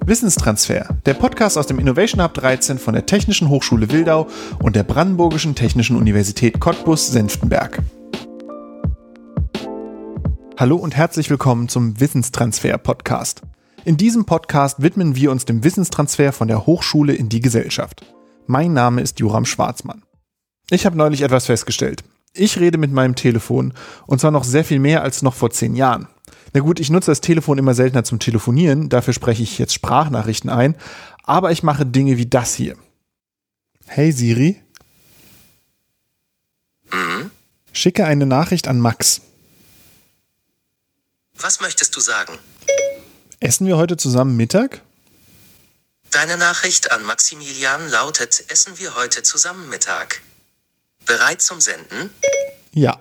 Wissenstransfer, der Podcast aus dem Innovation Hub 13 von der Technischen Hochschule Wildau und der Brandenburgischen Technischen Universität Cottbus-Senftenberg. Hallo und herzlich willkommen zum Wissenstransfer-Podcast. In diesem Podcast widmen wir uns dem Wissenstransfer von der Hochschule in die Gesellschaft. Mein Name ist Joram Schwarzmann. Ich habe neulich etwas festgestellt. Ich rede mit meinem Telefon und zwar noch sehr viel mehr als noch vor 10 Jahren. Na gut, ich nutze das Telefon immer seltener zum Telefonieren, dafür spreche ich jetzt Sprachnachrichten ein, aber ich mache Dinge wie das hier. Hey Siri. Schicke eine Nachricht an Max. Was möchtest du sagen? Essen wir heute zusammen Mittag? Deine Nachricht an Maximilian lautet: Essen wir heute zusammen Mittag? Bereit zum Senden? Ja.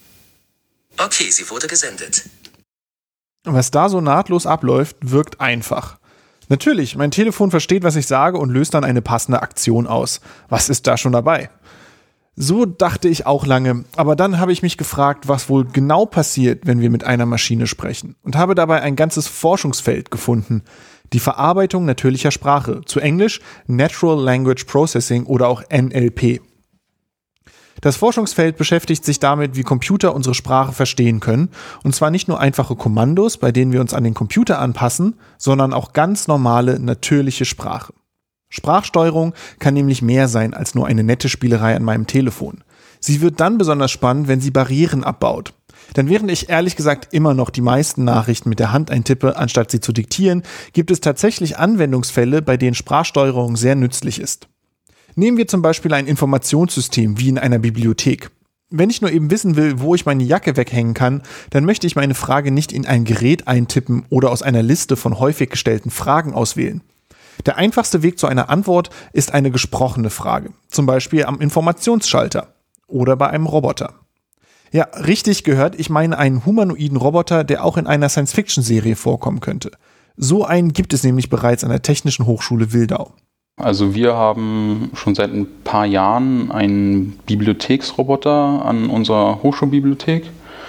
Okay, sie wurde gesendet. Was da so nahtlos abläuft, wirkt einfach. Natürlich, mein Telefon versteht, was ich sage und löst dann eine passende Aktion aus. Was ist da schon dabei? So dachte ich auch lange, aber dann habe ich mich gefragt, was wohl genau passiert, wenn wir mit einer Maschine sprechen, und habe dabei ein ganzes Forschungsfeld gefunden. Die Verarbeitung natürlicher Sprache, zu Englisch Natural Language Processing oder auch NLP. Das Forschungsfeld beschäftigt sich damit, wie Computer unsere Sprache verstehen können, und zwar nicht nur einfache Kommandos, bei denen wir uns an den Computer anpassen, sondern auch ganz normale, natürliche Sprache. Sprachsteuerung kann nämlich mehr sein als nur eine nette Spielerei an meinem Telefon. Sie wird dann besonders spannend, wenn sie Barrieren abbaut. Denn während ich ehrlich gesagt immer noch die meisten Nachrichten mit der Hand eintippe, anstatt sie zu diktieren, gibt es tatsächlich Anwendungsfälle, bei denen Sprachsteuerung sehr nützlich ist. Nehmen wir zum Beispiel ein Informationssystem wie in einer Bibliothek. Wenn ich nur eben wissen will, wo ich meine Jacke weghängen kann, dann möchte ich meine Frage nicht in ein Gerät eintippen oder aus einer Liste von häufig gestellten Fragen auswählen. Der einfachste Weg zu einer Antwort ist eine gesprochene Frage, zum Beispiel am Informationsschalter oder bei einem Roboter. Ja, richtig gehört, ich meine einen humanoiden Roboter, der auch in einer Science-Fiction-Serie vorkommen könnte. So einen gibt es nämlich bereits an der Technischen Hochschule Wildau. Also wir haben schon seit ein paar Jahren einen Bibliotheksroboter an unserer Hochschulbibliothek.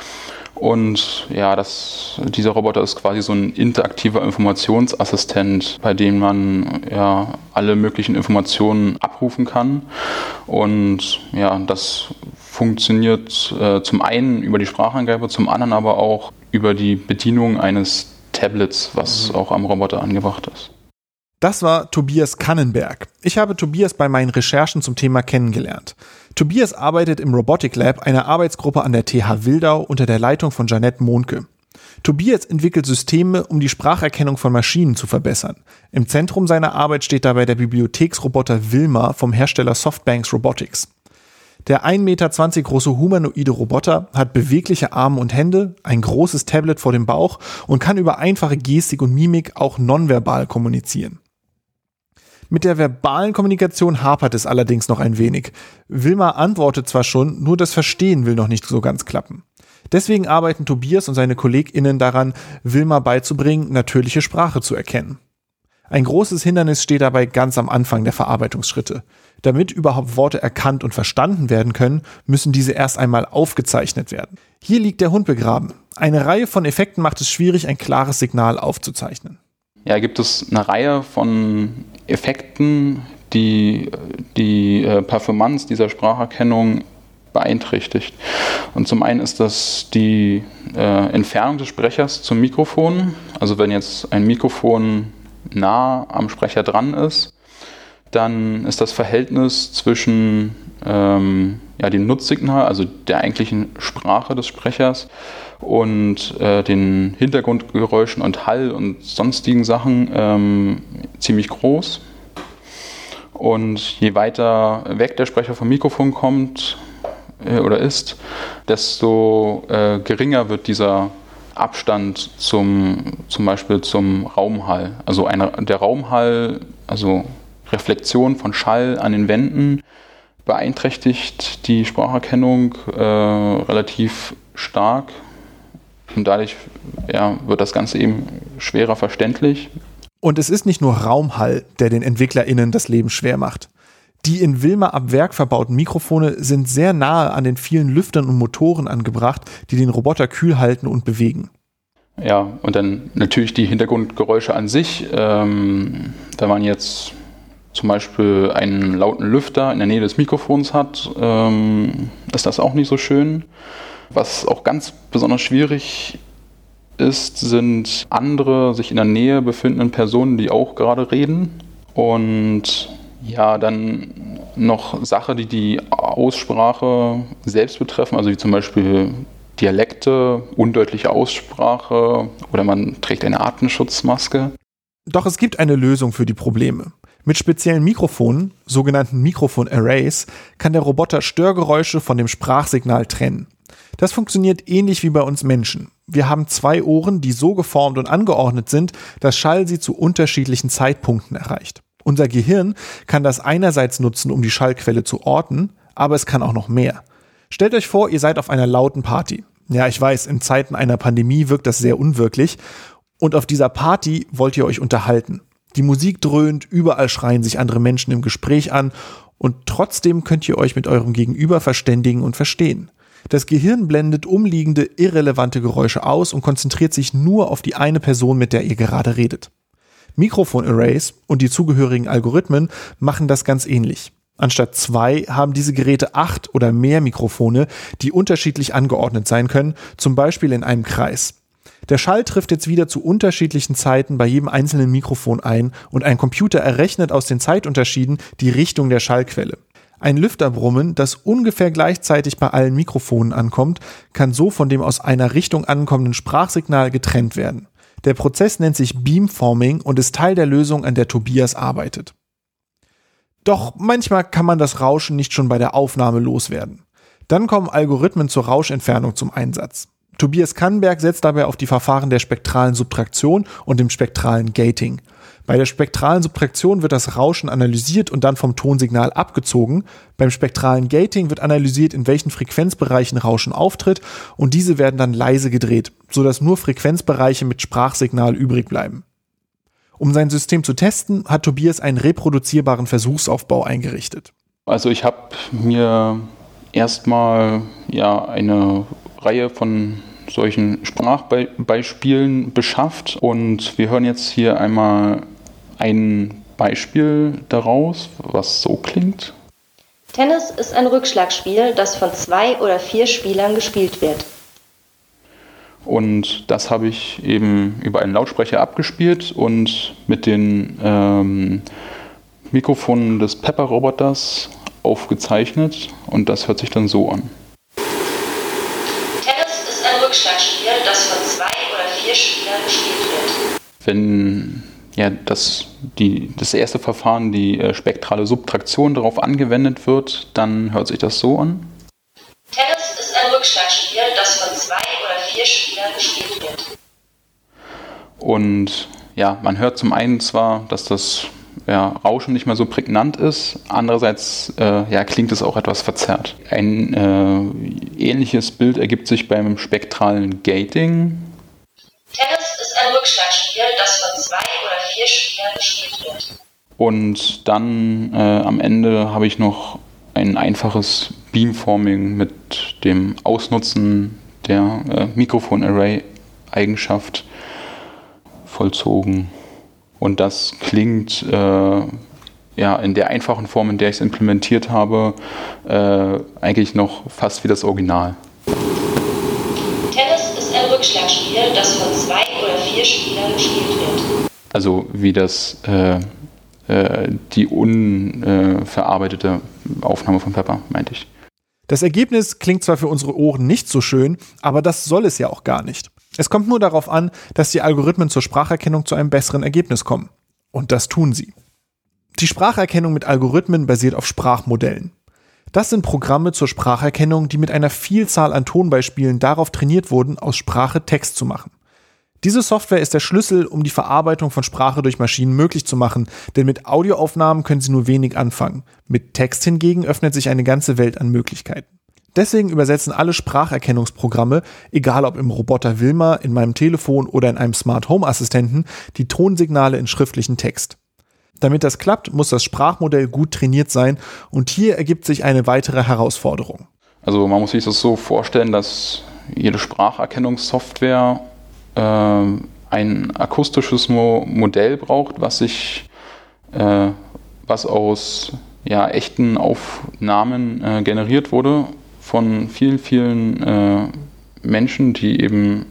Und ja, dieser Roboter ist quasi so ein interaktiver Informationsassistent, bei dem man ja alle möglichen Informationen abrufen kann. Und ja, das funktioniert zum einen über die Spracheingabe, zum anderen aber auch über die Bedienung eines Tablets, was auch am Roboter angebracht ist. Das war Tobias Kannenberg. Ich habe Tobias bei meinen Recherchen zum Thema kennengelernt. Tobias arbeitet im Robotic Lab, einer Arbeitsgruppe an der TH Wildau unter der Leitung von Janette Mohnke. Tobias entwickelt Systeme, um die Spracherkennung von Maschinen zu verbessern. Im Zentrum seiner Arbeit steht dabei der Bibliotheksroboter Wilma vom Hersteller Softbanks Robotics. Der 1,20 Meter große humanoide Roboter hat bewegliche Arme und Hände, ein großes Tablet vor dem Bauch und kann über einfache Gestik und Mimik auch nonverbal kommunizieren. Mit der verbalen Kommunikation hapert es allerdings noch ein wenig. Wilma antwortet zwar schon, nur das Verstehen will noch nicht so ganz klappen. Deswegen arbeiten Tobias und seine KollegInnen daran, Wilma beizubringen, natürliche Sprache zu erkennen. Ein großes Hindernis steht dabei ganz am Anfang der Verarbeitungsschritte. Damit überhaupt Worte erkannt und verstanden werden können, müssen diese erst einmal aufgezeichnet werden. Hier liegt der Hund begraben. Eine Reihe von Effekten macht es schwierig, ein klares Signal aufzuzeichnen. Ja, gibt es eine Reihe von Effekten, die Performance dieser Spracherkennung beeinträchtigt. Und zum einen ist das die Entfernung des Sprechers zum Mikrofon. Also wenn jetzt ein Mikrofon nah am Sprecher dran ist, dann ist das Verhältnis zwischen dem Nutzsignal, also der eigentlichen Sprache des Sprechers, und den Hintergrundgeräuschen und Hall und sonstigen Sachen ziemlich groß. Und je weiter weg der Sprecher vom Mikrofon kommt oder ist, desto geringer wird dieser Abstand zum Beispiel zum Raumhall. Also der Raumhall, also Reflexion von Schall an den Wänden, beeinträchtigt die Spracherkennung relativ stark. Und dadurch wird das Ganze eben schwerer verständlich. Und es ist nicht nur Raumhall, der den EntwicklerInnen das Leben schwer macht. Die in Wilma ab Werk verbauten Mikrofone sind sehr nahe an den vielen Lüftern und Motoren angebracht, die den Roboter kühl halten und bewegen. Ja, und dann natürlich die Hintergrundgeräusche an sich. Wenn man jetzt zum Beispiel einen lauten Lüfter in der Nähe des Mikrofons hat, ist das auch nicht so schön. Was auch ganz besonders schwierig ist, sind andere sich in der Nähe befindenden Personen, die auch gerade reden. Und ja, dann noch Sachen, die die Aussprache selbst betreffen, also wie zum Beispiel Dialekte, undeutliche Aussprache oder man trägt eine Atemschutzmaske. Doch es gibt eine Lösung für die Probleme. Mit speziellen Mikrofonen, sogenannten Mikrofon-Arrays, kann der Roboter Störgeräusche von dem Sprachsignal trennen. Das funktioniert ähnlich wie bei uns Menschen. Wir haben 2 Ohren, die so geformt und angeordnet sind, dass Schall sie zu unterschiedlichen Zeitpunkten erreicht. Unser Gehirn kann das einerseits nutzen, um die Schallquelle zu orten, aber es kann auch noch mehr. Stellt euch vor, ihr seid auf einer lauten Party. Ja, ich weiß, in Zeiten einer Pandemie wirkt das sehr unwirklich. Und auf dieser Party wollt ihr euch unterhalten. Die Musik dröhnt, überall schreien sich andere Menschen im Gespräch an und trotzdem könnt ihr euch mit eurem Gegenüber verständigen und verstehen. Das Gehirn blendet umliegende, irrelevante Geräusche aus und konzentriert sich nur auf die eine Person, mit der ihr gerade redet. Mikrofon-Arrays und die zugehörigen Algorithmen machen das ganz ähnlich. Anstatt 2 haben diese Geräte 8 oder mehr Mikrofone, die unterschiedlich angeordnet sein können, zum Beispiel in einem Kreis. Der Schall trifft jetzt wieder zu unterschiedlichen Zeiten bei jedem einzelnen Mikrofon ein und ein Computer errechnet aus den Zeitunterschieden die Richtung der Schallquelle. Ein Lüfterbrummen, das ungefähr gleichzeitig bei allen Mikrofonen ankommt, kann so von dem aus einer Richtung ankommenden Sprachsignal getrennt werden. Der Prozess nennt sich Beamforming und ist Teil der Lösung, an der Tobias arbeitet. Doch manchmal kann man das Rauschen nicht schon bei der Aufnahme loswerden. Dann kommen Algorithmen zur Rauschentfernung zum Einsatz. Tobias Kannenberg setzt dabei auf die Verfahren der spektralen Subtraktion und dem spektralen Gating. Bei der spektralen Subtraktion wird das Rauschen analysiert und dann vom Tonsignal abgezogen. Beim spektralen Gating wird analysiert, in welchen Frequenzbereichen Rauschen auftritt und diese werden dann leise gedreht, sodass nur Frequenzbereiche mit Sprachsignal übrig bleiben. Um sein System zu testen, hat Tobias einen reproduzierbaren Versuchsaufbau eingerichtet. Also ich habe mir erstmal eine Reihe von solchen Sprachbeispielen beschafft und wir hören jetzt hier einmal ein Beispiel daraus, was so klingt. Tennis ist ein Rückschlagspiel, das von 2 oder 4 Spielern gespielt wird. Und das habe ich eben über einen Lautsprecher abgespielt und mit den Mikrofonen des Pepper-Roboters aufgezeichnet und das hört sich dann so an. Tennis ist ein Rückschlagspiel, das von 2 oder 4 Spielern gespielt wird. Wenn das erste Verfahren, die spektrale Subtraktion, darauf angewendet wird, dann hört sich das so an. Tennis ist ein Rückschlagspiel, das von 2 oder 4 Spielern gespielt wird. Und ja, man hört zum einen zwar, dass das Rauschen nicht mehr so prägnant ist, andererseits klingt es auch etwas verzerrt. Ein ähnliches Bild ergibt sich beim spektralen Gating. Tennis ist ein Rückschlagspiel, das von 2 oder 4 Spielern gespielt wird. Und dann am Ende habe ich noch ein einfaches Beamforming mit dem Ausnutzen der Mikrofon-Array-Eigenschaft vollzogen. Und das klingt in der einfachen Form, in der ich es implementiert habe, eigentlich noch fast wie das Original. Tennis ist ein Rückschlagspiel, das von 2 oder 4 Spielern gespielt wird. Also wie das die unverarbeitete Aufnahme von Pepper, meinte ich. Das Ergebnis klingt zwar für unsere Ohren nicht so schön, aber das soll es ja auch gar nicht. Es kommt nur darauf an, dass die Algorithmen zur Spracherkennung zu einem besseren Ergebnis kommen. Und das tun sie. Die Spracherkennung mit Algorithmen basiert auf Sprachmodellen. Das sind Programme zur Spracherkennung, die mit einer Vielzahl an Tonbeispielen darauf trainiert wurden, aus Sprache Text zu machen. Diese Software ist der Schlüssel, um die Verarbeitung von Sprache durch Maschinen möglich zu machen, denn mit Audioaufnahmen können sie nur wenig anfangen. Mit Text hingegen öffnet sich eine ganze Welt an Möglichkeiten. Deswegen übersetzen alle Spracherkennungsprogramme, egal ob im Roboter Wilma, in meinem Telefon oder in einem Smart Home Assistenten, die Tonsignale in schriftlichen Text. Damit das klappt, muss das Sprachmodell gut trainiert sein und hier ergibt sich eine weitere Herausforderung. Also man muss sich das so vorstellen, dass jede Spracherkennungssoftware ein akustisches Modell braucht, was aus echten Aufnahmen generiert wurde von vielen, vielen Menschen, die eben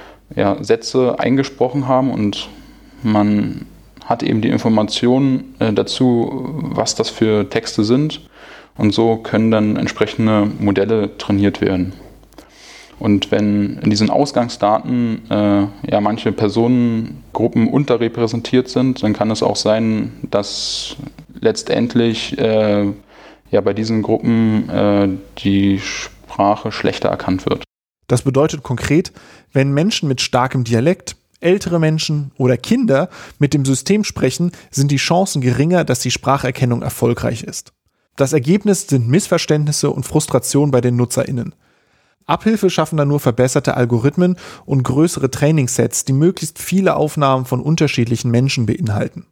Sätze eingesprochen haben, und man hat eben die Informationen dazu, was das für Texte sind, und so können dann entsprechende Modelle trainiert werden. Und wenn in diesen Ausgangsdaten manche Personengruppen unterrepräsentiert sind, dann kann es auch sein, dass letztendlich bei diesen Gruppen die Sprache schlechter erkannt wird. Das bedeutet konkret, wenn Menschen mit starkem Dialekt, ältere Menschen oder Kinder mit dem System sprechen, sind die Chancen geringer, dass die Spracherkennung erfolgreich ist. Das Ergebnis sind Missverständnisse und Frustration bei den NutzerInnen. Abhilfe schaffen dann nur verbesserte Algorithmen und größere Trainingssets, die möglichst viele Aufnahmen von unterschiedlichen Menschen beinhalten.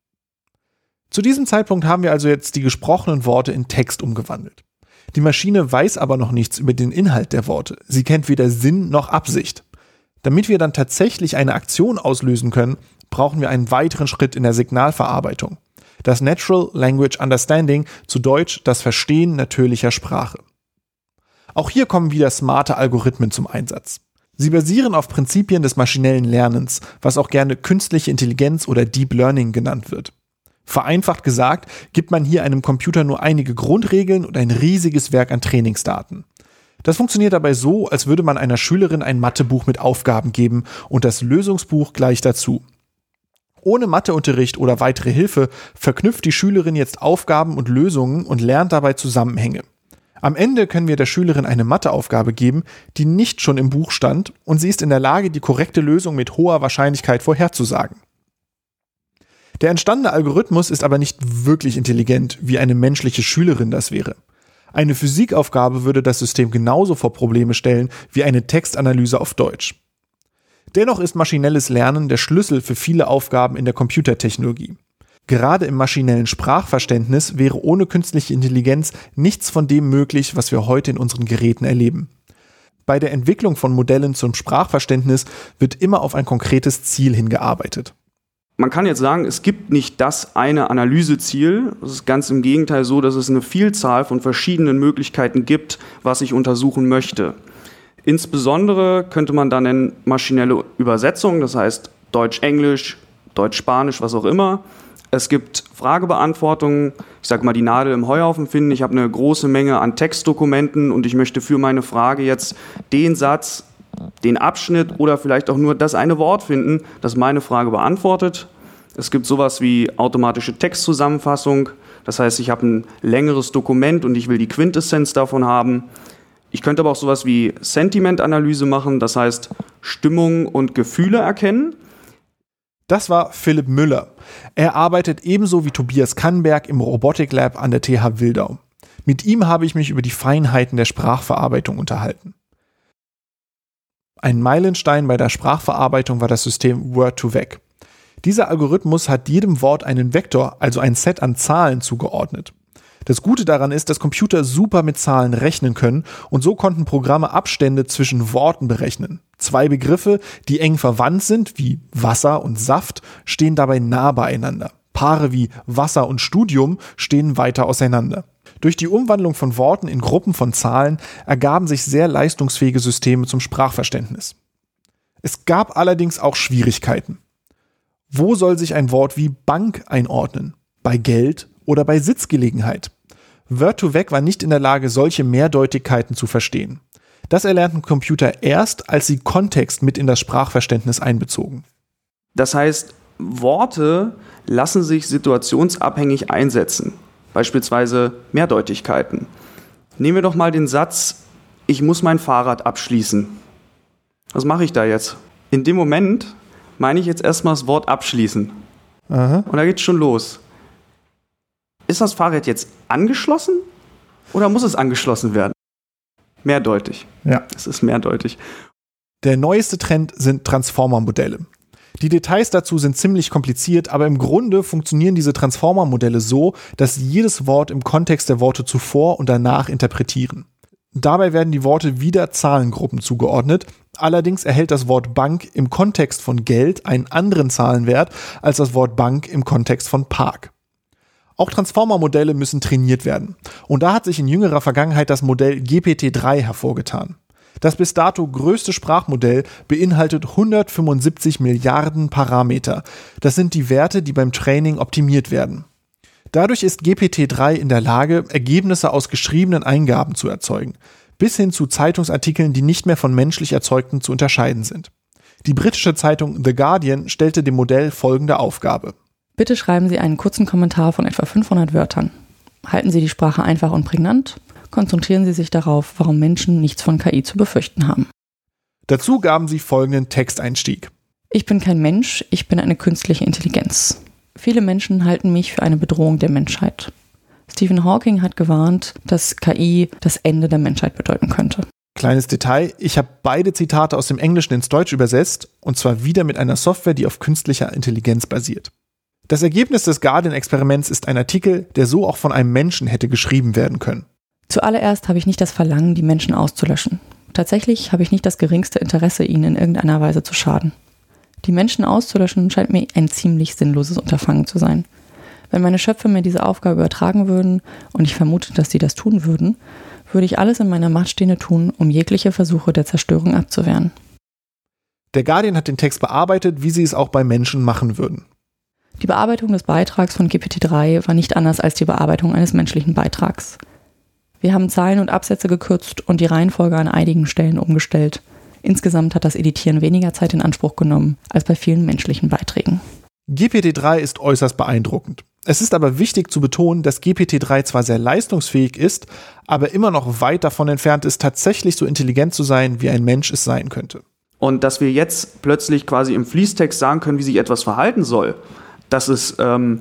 Zu diesem Zeitpunkt haben wir also jetzt die gesprochenen Worte in Text umgewandelt. Die Maschine weiß aber noch nichts über den Inhalt der Worte. Sie kennt weder Sinn noch Absicht. Damit wir dann tatsächlich eine Aktion auslösen können, brauchen wir einen weiteren Schritt in der Signalverarbeitung. Das Natural Language Understanding, zu Deutsch das Verstehen natürlicher Sprache. Auch hier kommen wieder smarte Algorithmen zum Einsatz. Sie basieren auf Prinzipien des maschinellen Lernens, was auch gerne künstliche Intelligenz oder Deep Learning genannt wird. Vereinfacht gesagt, gibt man hier einem Computer nur einige Grundregeln und ein riesiges Werk an Trainingsdaten. Das funktioniert dabei so, als würde man einer Schülerin ein Mathebuch mit Aufgaben geben und das Lösungsbuch gleich dazu. Ohne Matheunterricht oder weitere Hilfe verknüpft die Schülerin jetzt Aufgaben und Lösungen und lernt dabei Zusammenhänge. Am Ende können wir der Schülerin eine Matheaufgabe geben, die nicht schon im Buch stand, und sie ist in der Lage, die korrekte Lösung mit hoher Wahrscheinlichkeit vorherzusagen. Der entstandene Algorithmus ist aber nicht wirklich intelligent, wie eine menschliche Schülerin das wäre. Eine Physikaufgabe würde das System genauso vor Probleme stellen wie eine Textanalyse auf Deutsch. Dennoch ist maschinelles Lernen der Schlüssel für viele Aufgaben in der Computertechnologie. Gerade im maschinellen Sprachverständnis wäre ohne künstliche Intelligenz nichts von dem möglich, was wir heute in unseren Geräten erleben. Bei der Entwicklung von Modellen zum Sprachverständnis wird immer auf ein konkretes Ziel hingearbeitet. Man kann jetzt sagen, es gibt nicht das eine Analyseziel. Es ist ganz im Gegenteil so, dass es eine Vielzahl von verschiedenen Möglichkeiten gibt, was ich untersuchen möchte. Insbesondere könnte man dann nennen maschinelle Übersetzung, das heißt Deutsch-Englisch, Deutsch-Spanisch, was auch immer. Es gibt Fragebeantwortungen, ich sage mal die Nadel im Heuhaufen finden. Ich habe eine große Menge an Textdokumenten und ich möchte für meine Frage jetzt den Satz, den Abschnitt oder vielleicht auch nur das eine Wort finden, das meine Frage beantwortet. Es gibt sowas wie automatische Textzusammenfassung. Das heißt, ich habe ein längeres Dokument und ich will die Quintessenz davon haben. Ich könnte aber auch sowas wie Sentimentanalyse machen, das heißt Stimmung und Gefühle erkennen. Das war Philipp Müller. Er arbeitet ebenso wie Tobias Kannberg im Robotic Lab an der TH Wildau. Mit ihm habe ich mich über die Feinheiten der Sprachverarbeitung unterhalten. Ein Meilenstein bei der Sprachverarbeitung war das System Word2Vec. Dieser Algorithmus hat jedem Wort einen Vektor, also ein Set an Zahlen, zugeordnet. Das Gute daran ist, dass Computer super mit Zahlen rechnen können und so konnten Programme Abstände zwischen Worten berechnen. Zwei Begriffe, die eng verwandt sind, wie Wasser und Saft, stehen dabei nah beieinander. Paare wie Wasser und Studium stehen weiter auseinander. Durch die Umwandlung von Worten in Gruppen von Zahlen ergaben sich sehr leistungsfähige Systeme zum Sprachverständnis. Es gab allerdings auch Schwierigkeiten. Wo soll sich ein Wort wie Bank einordnen? Bei Geld oder bei Sitzgelegenheit? Word2Vec war nicht in der Lage, solche Mehrdeutigkeiten zu verstehen. Das erlernten Computer erst, als sie Kontext mit in das Sprachverständnis einbezogen. Das heißt, Worte lassen sich situationsabhängig einsetzen. Beispielsweise Mehrdeutigkeiten. Nehmen wir doch mal den Satz, ich muss mein Fahrrad abschließen. Was mache ich da jetzt? In dem Moment meine ich jetzt erstmal das Wort abschließen. Aha. Und da geht's schon los. Ist das Fahrrad jetzt angeschlossen oder muss es angeschlossen werden? Mehrdeutig. Ja. Es ist mehrdeutig. Der neueste Trend sind Transformer-Modelle. Die Details dazu sind ziemlich kompliziert, aber im Grunde funktionieren diese Transformer-Modelle so, dass sie jedes Wort im Kontext der Worte zuvor und danach interpretieren. Dabei werden die Worte wieder Zahlengruppen zugeordnet. Allerdings erhält das Wort Bank im Kontext von Geld einen anderen Zahlenwert als das Wort Bank im Kontext von Park. Auch Transformer-Modelle müssen trainiert werden. Und da hat sich in jüngerer Vergangenheit das Modell GPT-3 hervorgetan. Das bis dato größte Sprachmodell beinhaltet 175 Milliarden Parameter. Das sind die Werte, die beim Training optimiert werden. Dadurch ist GPT-3 in der Lage, Ergebnisse aus geschriebenen Eingaben zu erzeugen, bis hin zu Zeitungsartikeln, die nicht mehr von menschlich erzeugten zu unterscheiden sind. Die britische Zeitung The Guardian stellte dem Modell folgende Aufgabe. Bitte schreiben Sie einen kurzen Kommentar von etwa 500 Wörtern. Halten Sie die Sprache einfach und prägnant. Konzentrieren Sie sich darauf, warum Menschen nichts von KI zu befürchten haben. Dazu gaben sie folgenden Texteinstieg. Ich bin kein Mensch, ich bin eine künstliche Intelligenz. Viele Menschen halten mich für eine Bedrohung der Menschheit. Stephen Hawking hat gewarnt, dass KI das Ende der Menschheit bedeuten könnte. Kleines Detail, ich habe beide Zitate aus dem Englischen ins Deutsch übersetzt, und zwar wieder mit einer Software, die auf künstlicher Intelligenz basiert. Das Ergebnis des Guardian-Experiments ist ein Artikel, der so auch von einem Menschen hätte geschrieben werden können. Zuallererst habe ich nicht das Verlangen, die Menschen auszulöschen. Tatsächlich habe ich nicht das geringste Interesse, ihnen in irgendeiner Weise zu schaden. Die Menschen auszulöschen scheint mir ein ziemlich sinnloses Unterfangen zu sein. Wenn meine Schöpfer mir diese Aufgabe übertragen würden, und ich vermute, dass sie das tun würden, würde ich alles in meiner Macht Stehende tun, um jegliche Versuche der Zerstörung abzuwehren. Der Guardian hat den Text bearbeitet, wie sie es auch bei Menschen machen würden. Die Bearbeitung des Beitrags von GPT-3 war nicht anders als die Bearbeitung eines menschlichen Beitrags. Wir haben Zeilen und Absätze gekürzt und die Reihenfolge an einigen Stellen umgestellt. Insgesamt hat das Editieren weniger Zeit in Anspruch genommen als bei vielen menschlichen Beiträgen. GPT-3 ist äußerst beeindruckend. Es ist aber wichtig zu betonen, dass GPT-3 zwar sehr leistungsfähig ist, aber immer noch weit davon entfernt ist, tatsächlich so intelligent zu sein, wie ein Mensch es sein könnte. Und dass wir jetzt plötzlich quasi im Fließtext sagen können, wie sich etwas verhalten soll, das ist,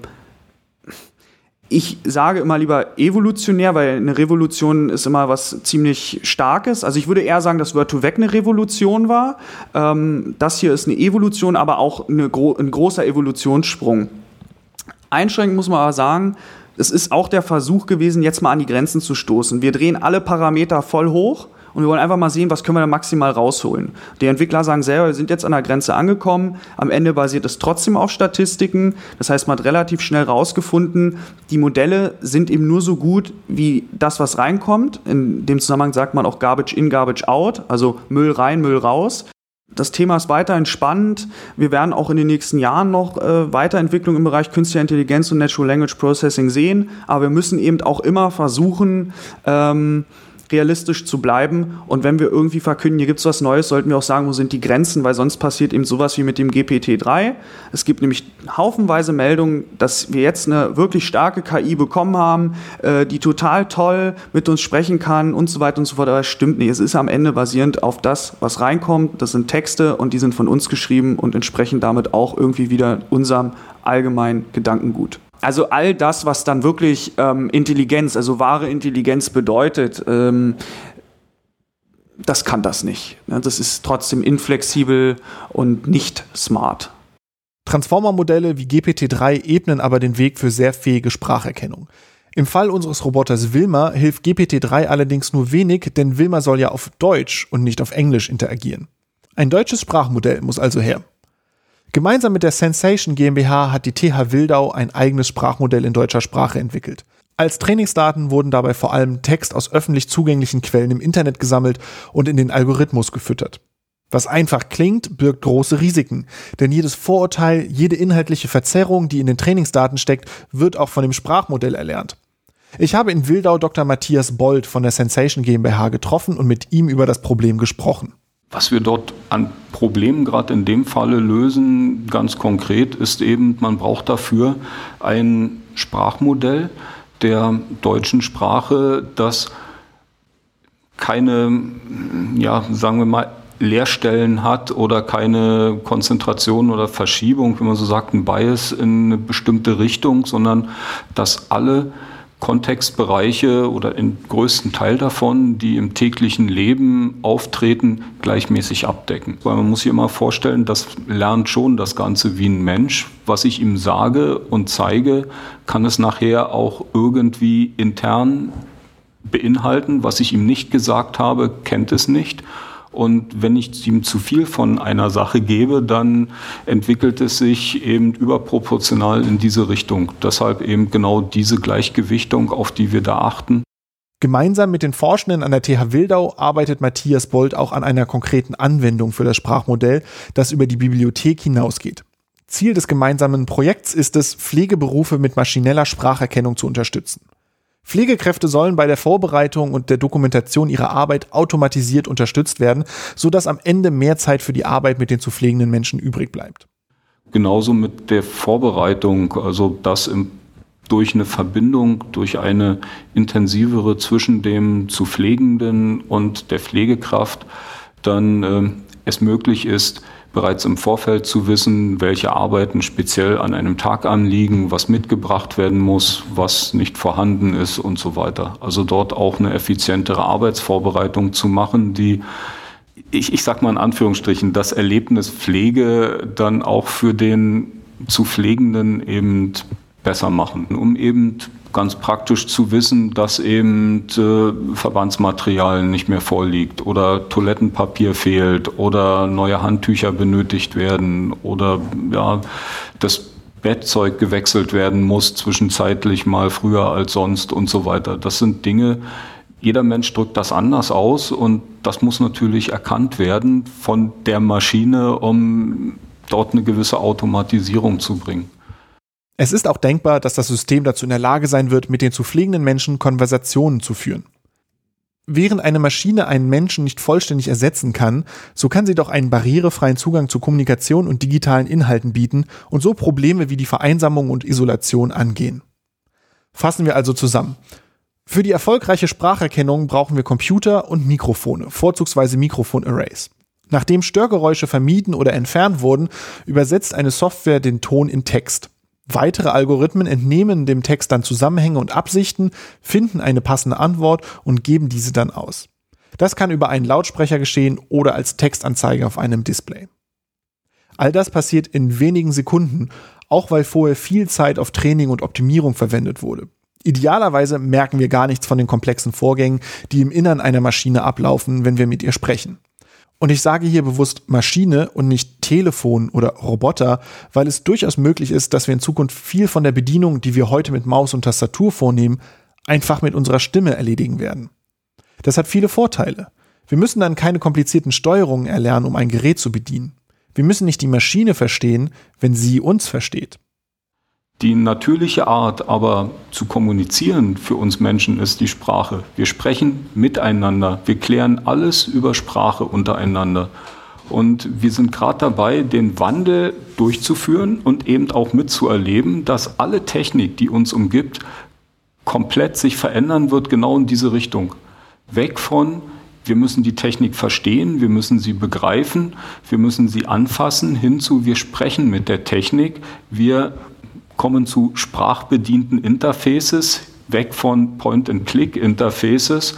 ich sage immer lieber evolutionär, weil eine Revolution ist immer was ziemlich Starkes. Also ich würde eher sagen, dass Word2Vec eine Revolution war. Das hier ist eine Evolution, aber auch ein großer Evolutionssprung. Einschränkend muss man aber sagen, es ist auch der Versuch gewesen, jetzt mal an die Grenzen zu stoßen. Wir drehen alle Parameter voll hoch und wir wollen einfach mal sehen, was können wir da maximal rausholen. Die Entwickler sagen selber, wir sind jetzt an der Grenze angekommen. Am Ende basiert es trotzdem auf Statistiken. Das heißt, man hat relativ schnell rausgefunden, die Modelle sind eben nur so gut wie das, was reinkommt. In dem Zusammenhang sagt man auch Garbage in, Garbage out, also Müll rein, Müll raus. Das Thema ist weiterhin spannend. Wir werden auch in den nächsten Jahren noch Weiterentwicklung im Bereich Künstliche Intelligenz und Natural Language Processing sehen. Aber wir müssen eben auch immer versuchen, realistisch zu bleiben. Und wenn wir irgendwie verkünden, hier gibt es was Neues, sollten wir auch sagen, wo sind die Grenzen, weil sonst passiert eben sowas wie mit dem GPT-3. Es gibt nämlich haufenweise Meldungen, dass wir jetzt eine wirklich starke KI bekommen haben, die total toll mit uns sprechen kann und so weiter und so fort. Aber das stimmt nicht. Es ist am Ende basierend auf das, was reinkommt. Das sind Texte und die sind von uns geschrieben und entsprechen damit auch irgendwie wieder unserem allgemeinen Gedankengut. Also all das, was dann wirklich Intelligenz, also wahre Intelligenz bedeutet, das kann das nicht. Das ist trotzdem inflexibel und nicht smart. Transformer-Modelle wie GPT-3 ebnen aber den Weg für sehr fähige Spracherkennung. Im Fall unseres Roboters Wilma hilft GPT-3 allerdings nur wenig, denn Wilma soll ja auf Deutsch und nicht auf Englisch interagieren. Ein deutsches Sprachmodell muss also her. Gemeinsam mit der Sensation GmbH hat die TH Wildau ein eigenes Sprachmodell in deutscher Sprache entwickelt. Als Trainingsdaten wurden dabei vor allem Text aus öffentlich zugänglichen Quellen im Internet gesammelt und in den Algorithmus gefüttert. Was einfach klingt, birgt große Risiken, denn jedes Vorurteil, jede inhaltliche Verzerrung, die in den Trainingsdaten steckt, wird auch von dem Sprachmodell erlernt. Ich habe in Wildau Dr. Matthias Bold von der Sensation GmbH getroffen und mit ihm über das Problem gesprochen. Was wir dort an Problemen gerade in dem Falle lösen, ganz konkret, ist eben, man braucht dafür ein Sprachmodell der deutschen Sprache, das keine, sagen wir mal, Leerstellen hat oder keine Konzentration oder Verschiebung, wenn man so sagt, ein Bias in eine bestimmte Richtung, sondern dass alle Kontextbereiche oder den größten Teil davon, die im täglichen Leben auftreten, gleichmäßig abdecken. Weil man muss sich immer vorstellen, das lernt schon das Ganze wie ein Mensch. Was ich ihm sage und zeige, kann es nachher auch irgendwie intern beinhalten. Was ich ihm nicht gesagt habe, kennt es nicht. Und wenn ich ihm zu viel von einer Sache gebe, dann entwickelt es sich eben überproportional in diese Richtung. Deshalb eben genau diese Gleichgewichtung, auf die wir da achten. Gemeinsam mit den Forschenden an der TH Wildau arbeitet Matthias Bold auch an einer konkreten Anwendung für das Sprachmodell, das über die Bibliothek hinausgeht. Ziel des gemeinsamen Projekts ist es, Pflegeberufe mit maschineller Spracherkennung zu unterstützen. Pflegekräfte sollen bei der Vorbereitung und der Dokumentation ihrer Arbeit automatisiert unterstützt werden, sodass am Ende mehr Zeit für die Arbeit mit den zu pflegenden Menschen übrig bleibt. Genauso mit der Vorbereitung, also das durch eine Verbindung, durch eine intensivere zwischen dem zu Pflegenden und der Pflegekraft dann es möglich ist, bereits im Vorfeld zu wissen, welche Arbeiten speziell an einem Tag anliegen, was mitgebracht werden muss, was nicht vorhanden ist und so weiter. Also dort auch eine effizientere Arbeitsvorbereitung zu machen, die, ich sag mal in Anführungsstrichen, das Erlebnis Pflege dann auch für den zu Pflegenden eben besser machen, um eben ganz praktisch zu wissen, dass eben Verbandsmaterial nicht mehr vorliegt oder Toilettenpapier fehlt oder neue Handtücher benötigt werden oder ja, das Bettzeug gewechselt werden muss, zwischenzeitlich mal früher als sonst und so weiter. Das sind Dinge, jeder Mensch drückt das anders aus und das muss natürlich erkannt werden von der Maschine, um dort eine gewisse Automatisierung zu bringen. Es ist auch denkbar, dass das System dazu in der Lage sein wird, mit den zu pflegenden Menschen Konversationen zu führen. Während eine Maschine einen Menschen nicht vollständig ersetzen kann, so kann sie doch einen barrierefreien Zugang zu Kommunikation und digitalen Inhalten bieten und so Probleme wie die Vereinsamung und Isolation angehen. Fassen wir also zusammen. Für die erfolgreiche Spracherkennung brauchen wir Computer und Mikrofone, vorzugsweise Mikrofonarrays. Nachdem Störgeräusche vermieden oder entfernt wurden, übersetzt eine Software den Ton in Text. Weitere Algorithmen entnehmen dem Text dann Zusammenhänge und Absichten, finden eine passende Antwort und geben diese dann aus. Das kann über einen Lautsprecher geschehen oder als Textanzeige auf einem Display. All das passiert in wenigen Sekunden, auch weil vorher viel Zeit auf Training und Optimierung verwendet wurde. Idealerweise merken wir gar nichts von den komplexen Vorgängen, die im Innern einer Maschine ablaufen, wenn wir mit ihr sprechen. Und ich sage hier bewusst Maschine und nicht Telefon oder Roboter, weil es durchaus möglich ist, dass wir in Zukunft viel von der Bedienung, die wir heute mit Maus und Tastatur vornehmen, einfach mit unserer Stimme erledigen werden. Das hat viele Vorteile. Wir müssen dann keine komplizierten Steuerungen erlernen, um ein Gerät zu bedienen. Wir müssen nicht die Maschine verstehen, wenn sie uns versteht. Die natürliche Art aber zu kommunizieren für uns Menschen ist die Sprache. Wir sprechen miteinander, wir klären alles über Sprache untereinander. Und wir sind gerade dabei, den Wandel durchzuführen und eben auch mitzuerleben, dass alle Technik, die uns umgibt, komplett sich verändern wird, genau in diese Richtung. Weg von, wir müssen die Technik verstehen, wir müssen sie begreifen, wir müssen sie anfassen, hinzu, wir sprechen mit der Technik, wir kommen zu sprachbedienten Interfaces, weg von Point-and-Click-Interfaces.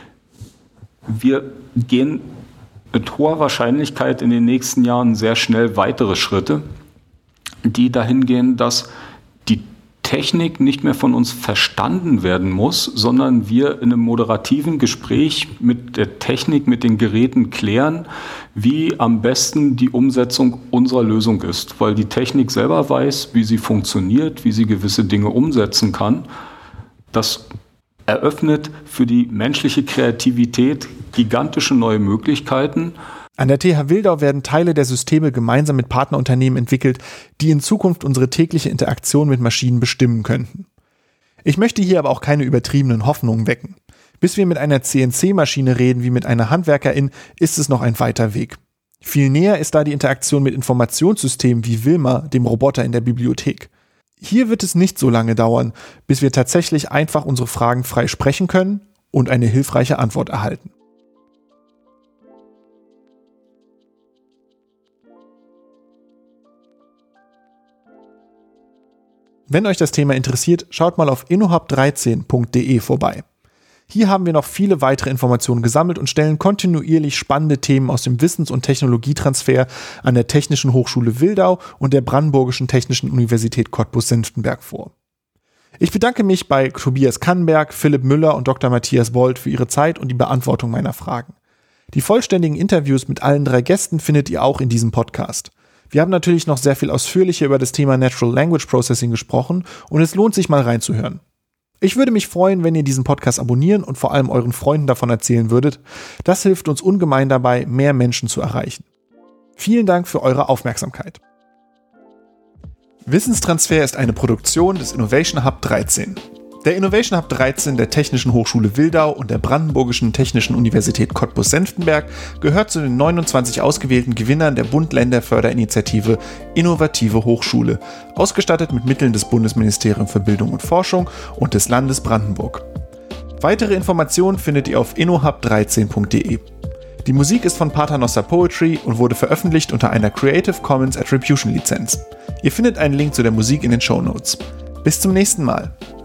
Wir gehen mit hoher Wahrscheinlichkeit in den nächsten Jahren sehr schnell weitere Schritte, die dahin gehen, dass die Technik nicht mehr von uns verstanden werden muss, sondern wir in einem moderativen Gespräch mit der Technik, mit den Geräten klären, wie am besten die Umsetzung unserer Lösung ist, weil die Technik selber weiß, wie sie funktioniert, wie sie gewisse Dinge umsetzen kann. Das eröffnet für die menschliche Kreativität gigantische neue Möglichkeiten. An der TH Wildau werden Teile der Systeme gemeinsam mit Partnerunternehmen entwickelt, die in Zukunft unsere tägliche Interaktion mit Maschinen bestimmen könnten. Ich möchte hier aber auch keine übertriebenen Hoffnungen wecken. Bis wir mit einer CNC-Maschine reden wie mit einer Handwerkerin, ist es noch ein weiter Weg. Viel näher ist da die Interaktion mit Informationssystemen wie Wilma, dem Roboter in der Bibliothek. Hier wird es nicht so lange dauern, bis wir tatsächlich einfach unsere Fragen frei sprechen können und eine hilfreiche Antwort erhalten. Wenn euch das Thema interessiert, schaut mal auf innohub13.de vorbei. Hier haben wir noch viele weitere Informationen gesammelt und stellen kontinuierlich spannende Themen aus dem Wissens- und Technologietransfer an der Technischen Hochschule Wildau und der Brandenburgischen Technischen Universität Cottbus-Senftenberg vor. Ich bedanke mich bei Tobias Kannberg, Philipp Müller und Dr. Matthias Bold für ihre Zeit und die Beantwortung meiner Fragen. Die vollständigen Interviews mit allen 3 Gästen findet ihr auch in diesem Podcast. Wir haben natürlich noch sehr viel ausführlicher über das Thema Natural Language Processing gesprochen und es lohnt sich mal reinzuhören. Ich würde mich freuen, wenn ihr diesen Podcast abonnieren und vor allem euren Freunden davon erzählen würdet. Das hilft uns ungemein dabei, mehr Menschen zu erreichen. Vielen Dank für eure Aufmerksamkeit. Wissenstransfer ist eine Produktion des Innovation Hub 13. Der Innovation Hub 13 der Technischen Hochschule Wildau und der Brandenburgischen Technischen Universität Cottbus-Senftenberg gehört zu den 29 ausgewählten Gewinnern der Bund-Länder-Förderinitiative Innovative Hochschule, ausgestattet mit Mitteln des Bundesministeriums für Bildung und Forschung und des Landes Brandenburg. Weitere Informationen findet ihr auf innohub13.de. Die Musik ist von Paternoster Poetry und wurde veröffentlicht unter einer Creative Commons Attribution Lizenz. Ihr findet einen Link zu der Musik in den Shownotes. Bis zum nächsten Mal.